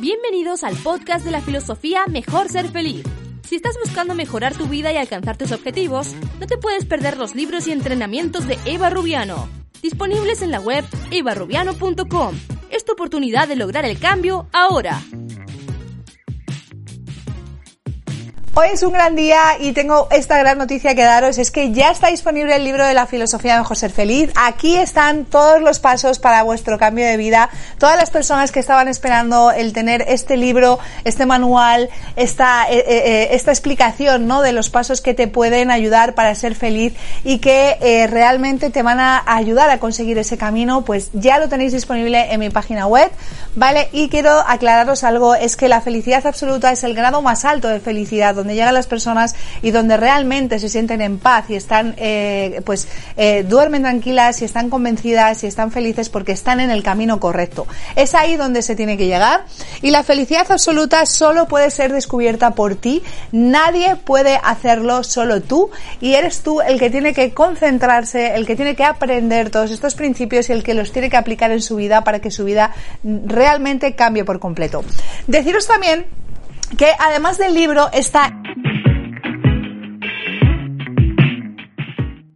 Bienvenidos al podcast de la filosofía Mejor Ser Feliz. Si estás buscando mejorar tu vida y alcanzar tus objetivos, no te puedes perder los libros y entrenamientos de Eva Rubiano, disponibles en la web evarubiano.com. Es tu oportunidad de lograr el cambio ahora. Hoy es un gran día y tengo esta gran noticia que daros, es que ya está disponible el libro de la filosofía Mejor Ser Feliz. Aquí están todos los pasos para vuestro cambio de vida. Todas las personas que estaban esperando el tener este libro, este manual, esta explicación, ¿no?, de los pasos que te pueden ayudar para ser feliz y que realmente te van a ayudar a conseguir ese camino, pues ya lo tenéis disponible en mi página web, ¿vale? Y quiero aclararos algo, es que la felicidad absoluta es el grado más alto de felicidad, donde llegan las personas y donde realmente se sienten en paz y están, duermen tranquilas y están convencidas y están felices porque están en el camino correcto. Es ahí donde se tiene que llegar, y la felicidad absoluta solo puede ser descubierta por ti. Nadie puede hacerlo, solo tú, y eres tú el que tiene que concentrarse, el que tiene que aprender todos estos principios y el que los tiene que aplicar en su vida para que su vida realmente cambie por completo. Deciros también que además del libro está